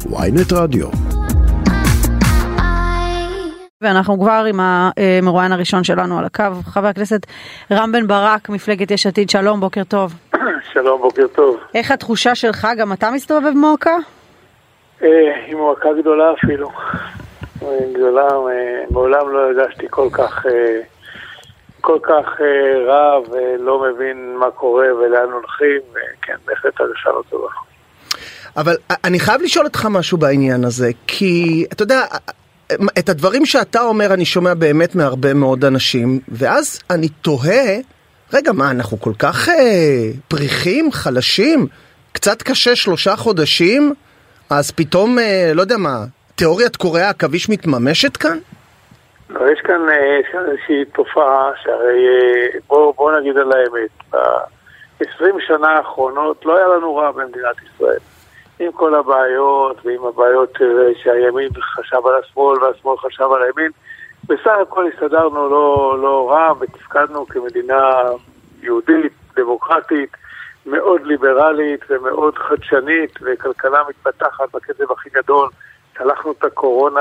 ynet רדיו. ואנחנו כבר עם המרואיין הראשון שלנו על הקו, חבר הכנסת רם בן ברק, מפלגת יש עתיד. שלום, בוקר טוב. שלום, בוקר טוב. איך התחושה שלך? גם אתה מסתובב במועקה? היא מועקה גדולה אפילו. גדולה, מעולם לא הרגשתי כל כך רע ולא מבין מה קורה ולאן הולכים, וכן, בהחלט הרגשה לא טובה. אבל אני חייב לשאול אותך משהו בעניין הזה, כי אתה יודע, את הדברים שאתה אומר אני שומע באמת מהרבה מאוד אנשים, ואז אני תוהה, רגע, מה, אנחנו כל כך פריחים, חלשים, קצת קשה 3 חודשים, אז פתאום, לא יודע מה, תיאוריית קוריאה הכביש מתממשת כאן? לא, יש כאן איזושהי תופעה שהרי, בוא נגיד על האמת, ב-20 שנה האחרונות לא היה לנו רע במדינת ישראל. עם כל הבעיות ועם הבעיות שהימין חשב על השמאל והשמאל חשב על הימין, בסך הכל הסתדרנו לא רע ותפקדנו כמדינה יהודית, דמוקרטית, מאוד ליברלית ומאוד חדשנית וכלכלה מתפתחת בקצב הכי גדול. צלחנו את הקורונה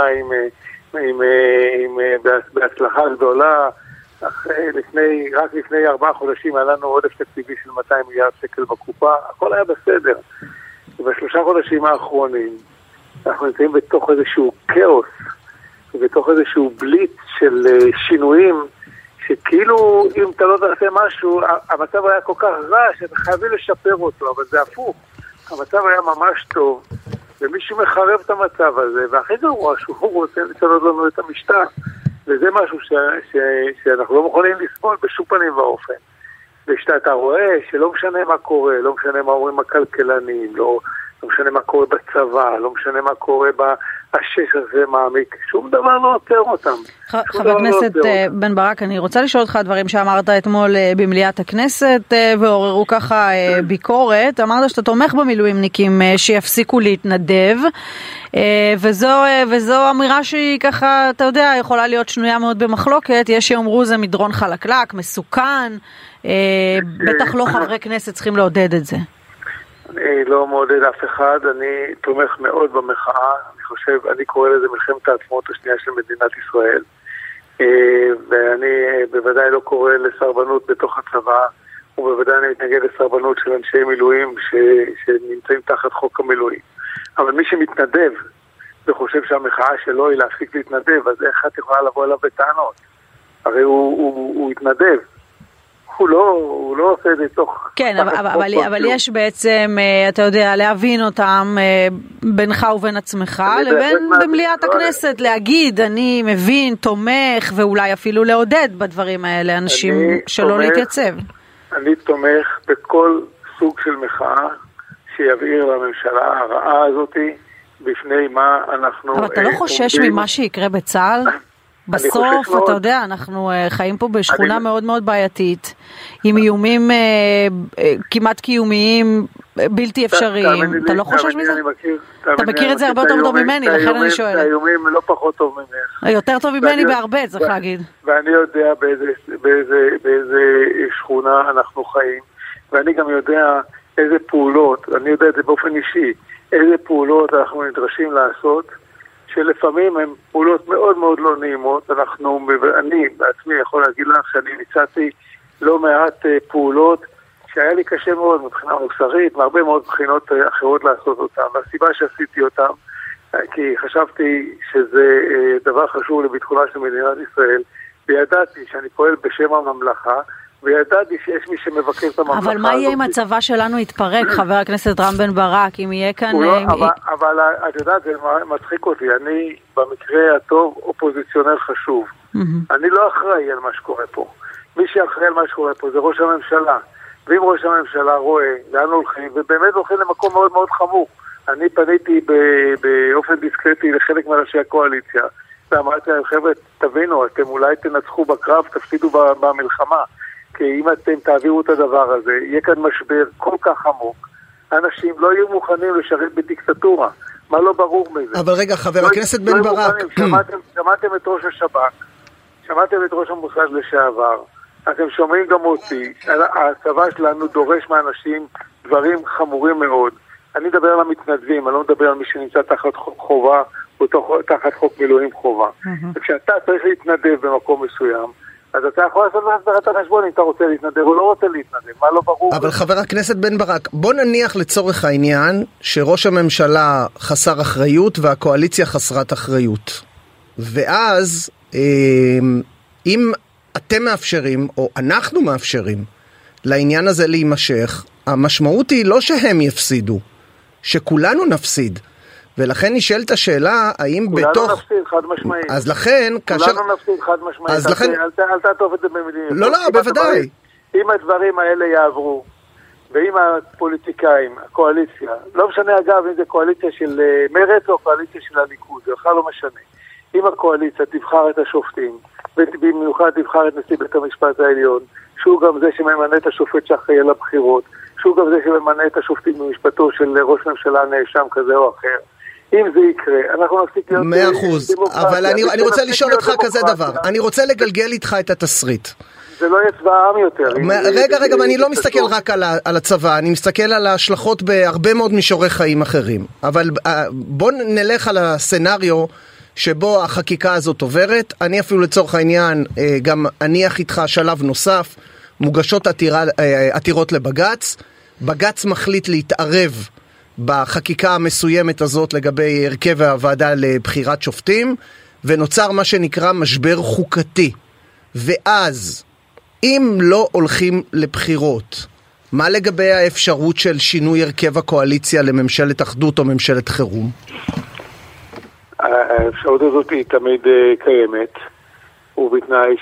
בהצלחה גדולה. רק לפני 4 חודשים היה לנו עודף תקציבי של 200 מיליארד שקל בקופה, הכל היה בסדר. וב3 חודשים האחרונים אנחנו נמצאים בתוך איזשהו כאוס, בתוך איזשהו בליץ של שינויים, שכאילו אם אתה לא תעשה משהו, המצב היה כל כך רע שאתה חייבים לשפר אותו, אבל זה הפוך. המצב היה ממש טוב, ומישהו מחרב את המצב הזה, והכי גרוע שהוא רוצה לשנות לנו את המשטר. וזה משהו שאנחנו לא מוכנים לסבול בשום פנים ואופן. ושאתה רואה שלא משנה מה קורה, לא משנה מה אומרים הכלכלנים, לא משנה מה קורה בצבא, לא משנה מה קורה השש הזה מעמיק, שום דבר לא עוצר אותם. חבר הכנסת בן ברק, אני רוצה לשאול אותך דברים שאמרת אתמול במליאת הכנסת, ועוררו ככה ביקורת. אמרת שאתה תומך במילואימניקים שיפסיקו להתנדב, וזו אמירה שהיא ככה, אתה יודע, יכולה להיות שנויה מאוד במחלוקת. יש שיאמרו זה מדרון חלקלק, מסוכן, בטח לא חברי כנסת צריכים לעודד את זה. אני לא מעודד אף אחד, אני תומך מאוד במחאה, אני קורא לזה מלחמת העצמאות השנייה של מדינת ישראל, ואני בוודאי לא קורא לסרבנות בתוך הצבא, ובוודאי אני מתנגד לסרבנות של אנשי מילואים שנמצאים תחת חוק המילואים. אבל מי שמתנדב וחושב שהמחאה שלו היא להפסיק להתנדב, אז איך את יכולה לבוא אליו בטענות? הרי הוא התנדב. הוא לא עושה את זה תוך... כן, אבל יש בעצם, אתה יודע, להבין אותם בינך ובין עצמך, לבין במליאת הכנסת, להגיד, אני מבין, תומך, ואולי אפילו לעודד בדברים האלה, אנשים שלא להתייצב. אני תומך בכל סוג של מחאה שיבהיר לממשלה הרעה הזאת בפני מה אנחנו... אבל אתה לא חושש ממה שיקרה בצה"ל? בסוף, אתה יודע, אנחנו חיים פה בשכונה מאוד מאוד בעייתית, עם איומים כמעט קיומיים, בלתי אפשריים. אתה לא חושש מזה? אתה מכיר את זה הרבה יותר טוב ממני, לכן אני שואלת. האיומים לא פחות טוב ממך. יותר טוב ממני בהרבה, צריך להגיד. ואני יודע באיזה שכונה אנחנו חיים, ואני גם יודע איזה פעולות, אני יודע את זה באופן אישי, איזה פעולות אנחנו נדרשים לעשות, שלפעמים הן פעולות מאוד מאוד לא נעימות. אני בעצמי יכול להגיד לך שאני ביצעתי לא מעט פעולות שהיה לי קשה מאוד מבחינה מוסרית, מהרבה מאוד בחינות אחרות לעשות אותן. והסיבה שעשיתי אותן, כי חשבתי שזה דבר חשוב לביטחונה של מדינת ישראל, וידעתי שאני פועל בשם הממלכה, וידעתי שיש מי שמבקר את הממלכה. אבל מה יהיה אם הצבא שלנו יתפרק, חבר הכנסת רם בן ברק, אם יהיה כאן... אבל את יודעת, זה מצחיק אותי, אני במקרה הטוב אופוזיציונר חשוב. אני לא אחראי על מה שקורה פה. מי שאחראי על מה שקורה פה זה ראש הממשלה. ואם ראש הממשלה רואה לאן הולכים, ובאמת הולכים למקום מאוד מאוד חמור. אני פניתי באופן דיסקרטי לחלק מראשי הקואליציה, ואמרתי להם, חבר'ה, תבינו, אתם אולי תנצחו בקרב, תפסידו במלחמה. כי אם אתם תעבירו את הדבר הזה, יהיה כאן משבר כל כך עמוק. אנשים לא יהיו מוכנים לשרת בדיקטטורה. מה לא ברור מזה? אבל רגע, חבר הכנסת בן ברק. שמעתם את ראש השב"כ, שמעתם את ראש המוסד לשעבר, אתם שומעים גם אותי. הצבא שלנו דורש מאנשים דברים חמורים מאוד. אני מדבר על המתנדבים, אני לא מדבר על מי שנמצא תחת חוק חובה, או תחת חוק מילואים חובה. וכשאתה צריך להתנדב במקום מסוים, אז אתה יכול לעשות את החשבון אם אתה רוצה להתנדב או לא רוצה להתנדב, מה לא ברור? אבל חבר הכנסת בן ברק, בוא נניח לצורך העניין שראש הממשלה חסר אחריות והקואליציה חסרת אחריות. ואז אם אתם מאפשרים, או אנחנו מאפשרים, לעניין הזה להימשך, המשמעות היא לא שהם יפסידו, שכולנו נפסיד. ולכן נשאלת השאלה, האם בתוך... כולנו נפסיד חד משמעית. אז לכן, כאשר... כולנו נפסיד חד משמעית. אז לכן... אל תעטוף את זה במילים. לא, בוודאי. אם הדברים האלה יעברו, ואם הפוליטיקאים, הקואליציה, לא משנה אגב אם זה קואליציה של מרצ או קואליציה של הליכוד, זה בכלל לא משנה. אם הקואליציה תבחר את השופטים, ובמיוחד תבחר את נשיא בית המשפט העליון, שהוא גם זה שממנה את השופט שאחראי על הבחירות, שהוא גם זה שממנה את השופטים במשפטו של ראש ממשלה נאשם כזה או אחר. אם זה יקרה, אנחנו נפסיק להיות... 100%, אבל אני רוצה לשאול אותך כזה דבר, אני רוצה לגלגל איתך את התסריט. זה לא יהיה צבא העם יותר. רגע, אני לא מסתכל רק על הצבא, אני מסתכל על ההשלכות בהרבה מאוד מישורי חיים אחרים. אבל בוא נלך על הסצנריו שבו החקיקה הזאת עוברת. אני אפילו לצורך העניין גם אניח איתך שלב נוסף, מוגשות עתירות לבגץ, בגץ מחליט להתערב בחקיקה המסוימת הזאת לגבי הרכב הוועדה לבחירת שופטים, ונוצר מה שנקרא משבר חוקתי. ואז, אם לא הולכים לבחירות, מה לגבי האפשרות של שינוי הרכב הקואליציה לממשלת אחדות או ממשלת חירום? האפשרות הזאת היא תמיד קיימת, ובתנאי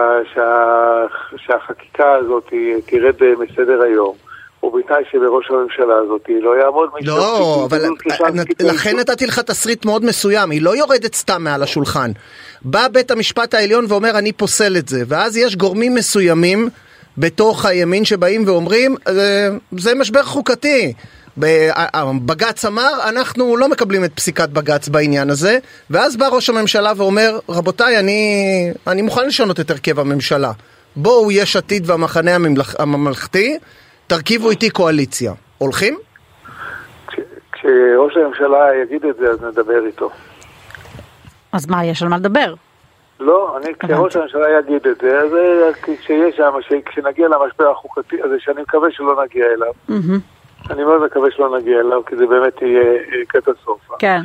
שהחקיקה הזאת תרד מסדר היום. ובתנאי שבראש הממשלה הזאת לא יעמוד מישהו... לא, אבל לכן נתתי לך תסריט מאוד מסוים, היא לא יורדת סתם מעל השולחן. בא בית המשפט העליון ואומר אני פוסל את זה, ואז יש גורמים מסוימים בתוך הימין שבאים ואומרים זה משבר חוקתי. בגץ אמר אנחנו לא מקבלים את פסיקת בגץ בעניין הזה, ואז בא ראש הממשלה ואומר רבותיי אני מוכן לשנות את הרכב הממשלה, בואו יש עתיד והמחנה הממלכתי תרכיבו איתי קואליציה. הולכים? כשראש הממשלה יגיד את זה, אז נדבר איתו. אז מה, יש על מה לדבר? לא, כשראש הממשלה יגיד את זה, אז כשיש שם, כשנגיע למשבר החוקתי, אז שאני מקווה שלא נגיע אליו. אני מאוד מקווה שלא נגיע אליו, כי זה באמת יהיה קטסטרופה. כן.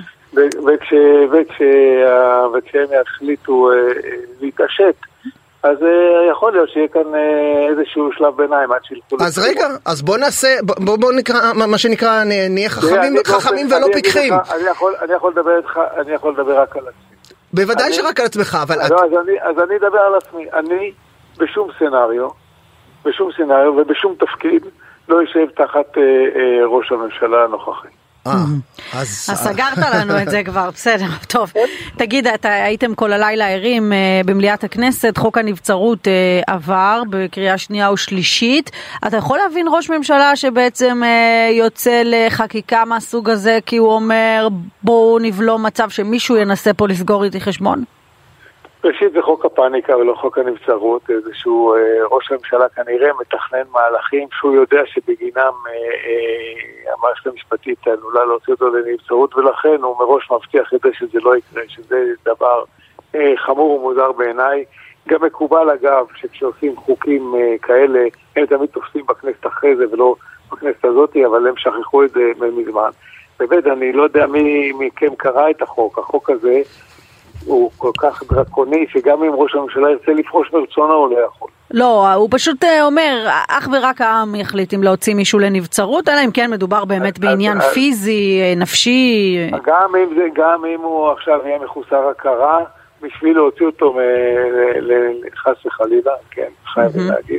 וכשהם יחליטו להתעשת, אז יכול להיות שיהיה כאן איזשהו שלב ביניים עד שילכו... אז רגע, אז בוא נעשה, בוא נקרא, מה שנקרא, נהיה חכמים ולא פיקחים. אני יכול לדבר רק על עצמי. בוודאי שרק על עצמך, אבל... אז אני אדבר על עצמי. אני בשום סנריו ובשום תפקיד לא יושב תחת ראש הממשלה הנוכחי. אז סגרת לנו את זה כבר, בסדר, טוב. תגיד, הייתם כל הלילה ערים במליאת הכנסת, חוק הנבצרות עבר בקריאה שנייה ושלישית. אתה יכול להבין ראש ממשלה שבעצם יוצא לחקיקה מהסוג הזה, כי הוא אומר בואו נבלום מצב שמישהו ינסה פה לסגור איתי חשבון? ראשית זה חוק הפאניקה ולא חוק הנבצרות, איזשהו ראש הממשלה כנראה מתכנן מהלכים שהוא יודע שבגינם המערכת המשפטית עלולה להוציא אותו לנבצרות, ולכן הוא מראש מבטיח את זה שזה לא יקרה, שזה דבר חמור ומוזר בעיניי. גם מקובל אגב שכשעושים חוקים כאלה הם תמיד תופסים בכנסת אחרי זה ולא בכנסת הזאת, אבל הם שכחו את זה מזמן. באמת אני לא יודע מי מכם קרא את החוק הזה הוא כל כך דרקוני, שגם אם ראש הממשלה ירצה לפרוש מרצונו, הוא לא יכול. לא, הוא פשוט אומר, אך ורק העם יחליט אם להוציא מישהו לנבצרות, אלא אם כן מדובר באמת בעניין פיזי, נפשי. גם אם הוא עכשיו יהיה מחוסר הכרה, בשביל להוציא אותו חס וחלילה, כן, חייבים להגיד.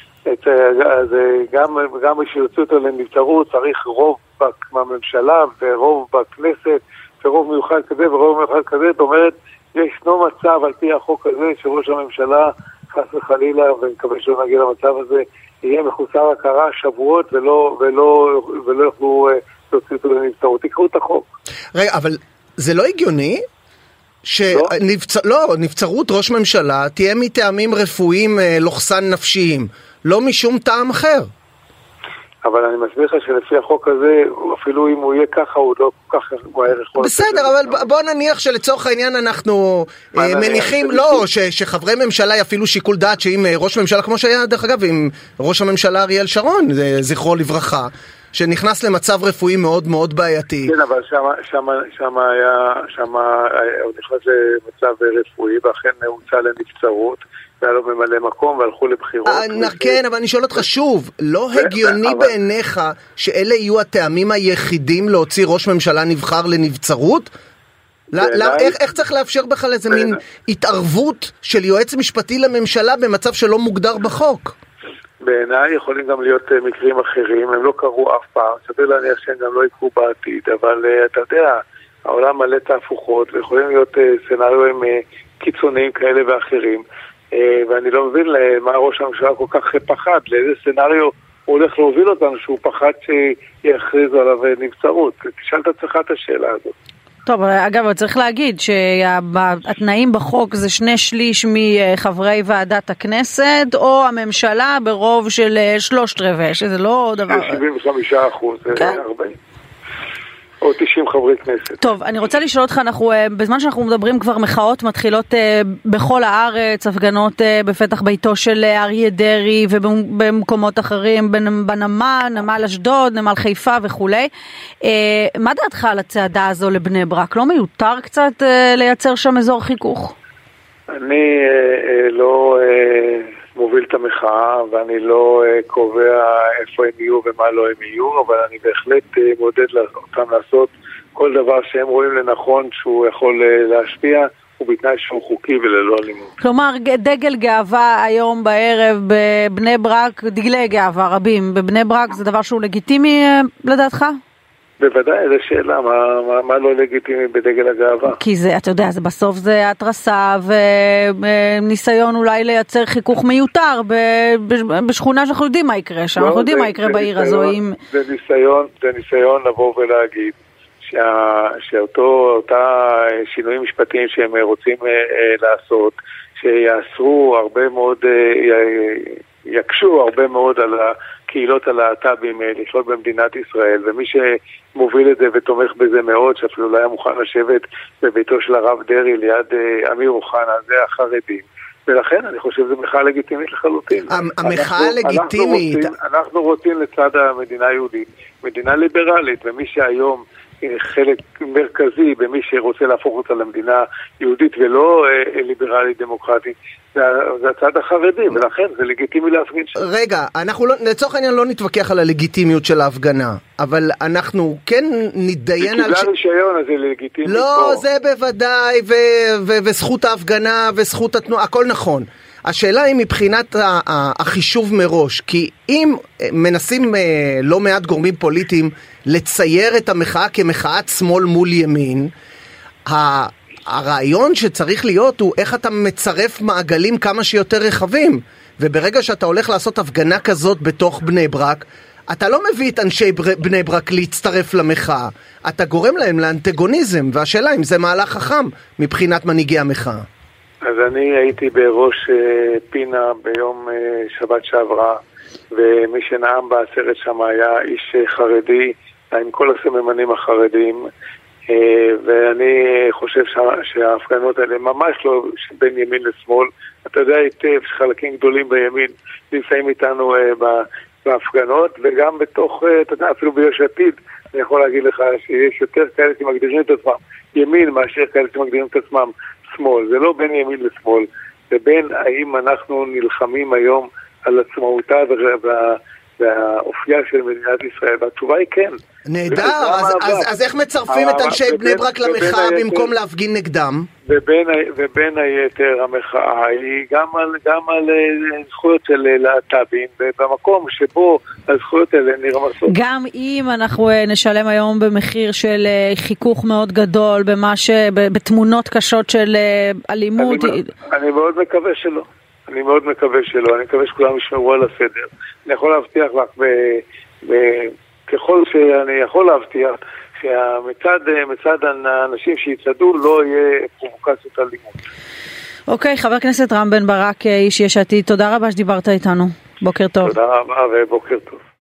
גם בשביל להוציא אותו לנבצרות, צריך רוב בממשלה ורוב בכנסת, ורוב מיוחד כזה ורוב מיוחד כזה. זאת אומרת, ישנו מצב על פי החוק הזה שראש הממשלה חס וחלילה, ומקווה שלא נגיע למצב הזה, יהיה מחוסר הכרה שבועות ולא יוכלו להוציא אותו לנבצרות. תקראו את החוק. רגע, אבל זה לא הגיוני נבצרות ראש ממשלה תהיה מטעמים רפואיים לוחסן נפשיים, לא משום טעם אחר. אבל אני מסביר לך שלפי החוק הזה, אפילו אם הוא יהיה ככה, הוא לא כל כך בערך. בסדר, אבל בוא נניח שלצורך העניין אנחנו מניחים, לא, שחברי ממשלה יפעילו שיקול דעת, שאם ראש ממשלה, כמו שהיה דרך אגב, עם ראש הממשלה אריאל שרון, זכרו לברכה, שנכנס למצב רפואי מאוד מאוד בעייתי. כן, אבל שם הוא נכנס למצב רפואי, ואכן הוצא לנבצרות, והיה לו ממלא מקום והלכו לבחירות. כן, אבל אני שואל אותך שוב, לא הגיוני בעיניך שאלה יהיו הטעמים היחידים להוציא ראש ממשלה נבחר לנבצרות? איך צריך לאפשר בכלל איזה מין התערבות של יועץ משפטי לממשלה במצב שלא מוגדר בחוק? בעיניי יכולים גם להיות מקרים אחרים, הם לא קרו אף פעם, סביר להניח שהם גם לא יקרו בעתיד, אבל אתה יודע, העולם מלא תהפוכות, ויכולים להיות סנריואים קיצוניים כאלה ואחרים, ואני לא מבין למה ראש הממשלה כל כך פחד, לאיזה סנריו הוא הולך להוביל אותנו שהוא פחד שיכריזו עליו נבצרות. תשאל את עצמך את השאלה הזאת. טוב, אגב, צריך להגיד שהתנאים בחוק זה 2/3 מחברי ועדת הכנסת, או הממשלה ברוב של 3/4, שזה לא דבר... 75%, זה 40. או 90 חברי כנסת. טוב, אני רוצה לשאול אותך, בזמן שאנחנו מדברים כבר מחאות מתחילות בכל הארץ, הפגנות בפתח ביתו של אריה דרעי ובמקומות אחרים, בנמל, נמל אשדוד, נמל חיפה וכולי. מה דעתך על הצעדה הזו לבני ברק? לא מיותר קצת לייצר שם אזור חיכוך? אני לא מוביל את המחאה, ואני לא קובע איפה הם יהיו ומה לא הם יהיו, אבל אני בהחלט מעודד אותם לעשות כל דבר שהם רואים לנכון שהוא יכול להשפיע, ובתנאי שהוא חוקי וללא אלימות. כלומר, דגל גאווה היום בערב בבני ברק, דגלי גאווה רבים בבני ברק, זה דבר שהוא לגיטימי לדעתך? בוודאי, זו שאלה, מה לא לגיטימי בדגל הגאווה? כי זה, אתה יודע, בסוף זה התרסה וניסיון אולי לייצר חיכוך מיותר בשכונה שאנחנו יודעים מה יקרה שם, אנחנו יודעים מה יקרה בעיר הזו. זה ניסיון לבוא ולהגיד שאותה שינויים משפטיים שהם רוצים לעשות, שיאסרו הרבה מאוד, יקשו הרבה מאוד על הקהילות הלהט"בים לחיות במדינת ישראל, ומי שמוביל את זה ותומך בזה מאוד, שאפילו לא היה מוכן לשבת בביתו של הרב דרעי ליד אמיר אוחנה, זה החרדים. ולכן אני חושב שזה מחאה לגיטימית לחלוטין. המחאה לגיטימית. אנחנו רוצים לצד המדינה היהודית, מדינה ליברלית, ומי שהיום חלק מרכזי במי שרוצה להפוך אותה למדינה יהודית ולא ליברלית דמוקרטית, זה הצד החרדי, ולכן זה לגיטימי להפגין שם. רגע, אנחנו לצורך העניין לא נתווכח על הלגיטימיות של ההפגנה, אבל אנחנו כן נתדיין על... שקיבלה רישיון, אז זה לגיטימי. לא, זה בוודאי, וזכות ההפגנה וזכות התנועה, הכל נכון. השאלה היא מבחינת החישוב מראש, כי אם מנסים לא מעט גורמים פוליטיים לצייר את המחאה כמחאת שמאל מול ימין, הרעיון שצריך להיות הוא איך אתה מצרף מעגלים כמה שיותר רחבים, וברגע שאתה הולך לעשות הפגנה כזאת בתוך בני ברק, אתה לא מביא את אנשי בני ברק להצטרף למחאה, אתה גורם להם לאנטגוניזם, והשאלה אם זה מהלך חכם מבחינת מנהיגי המחאה. אז אני הייתי בראש פינה ביום שבת שעברה, ומי שנאם בעצרת שם היה איש חרדי, עם כל הסממנים החרדיים, ואני חושב שההפגנות האלה ממש לא בין ימין לשמאל. אתה יודע היטב שחלקים גדולים בימין נמצאים איתנו בהפגנות, וגם בתוך, אתה יודע, אפילו ביש עתיד, אני יכול להגיד לך שיש יותר כאלה שמגדירים את עצמם ימין מאשר כאלה שמגדירים את עצמם שמאל. זה לא בין ימין לשמאל, זה בין האם אנחנו נלחמים היום על עצמאותה והאופייה של מדינת ישראל, והתשובה היא כן. נהדר, אז איך מצרפים את אנשי בני ברק למחאה במקום להפגין נגדם? ובין היתר המחאה היא גם על זכויות של להט"בים, במקום שבו הזכויות האלה נרמסות. גם אם אנחנו נשלם היום במחיר של חיכוך מאוד גדול, בתמונות קשות של אלימות. אני מאוד מקווה שלא. אני מקווה שכולם ישמרו על הסדר. אני יכול להבטיח לך, ככל שאני יכול להבטיח, שמצד האנשים שיצעדו לא יהיה פרובוקציות אלימות. אוקיי, חבר הכנסת רם בן ברק, איש יש עתיד, תודה רבה שדיברת איתנו. בוקר טוב. תודה רבה ובוקר טוב.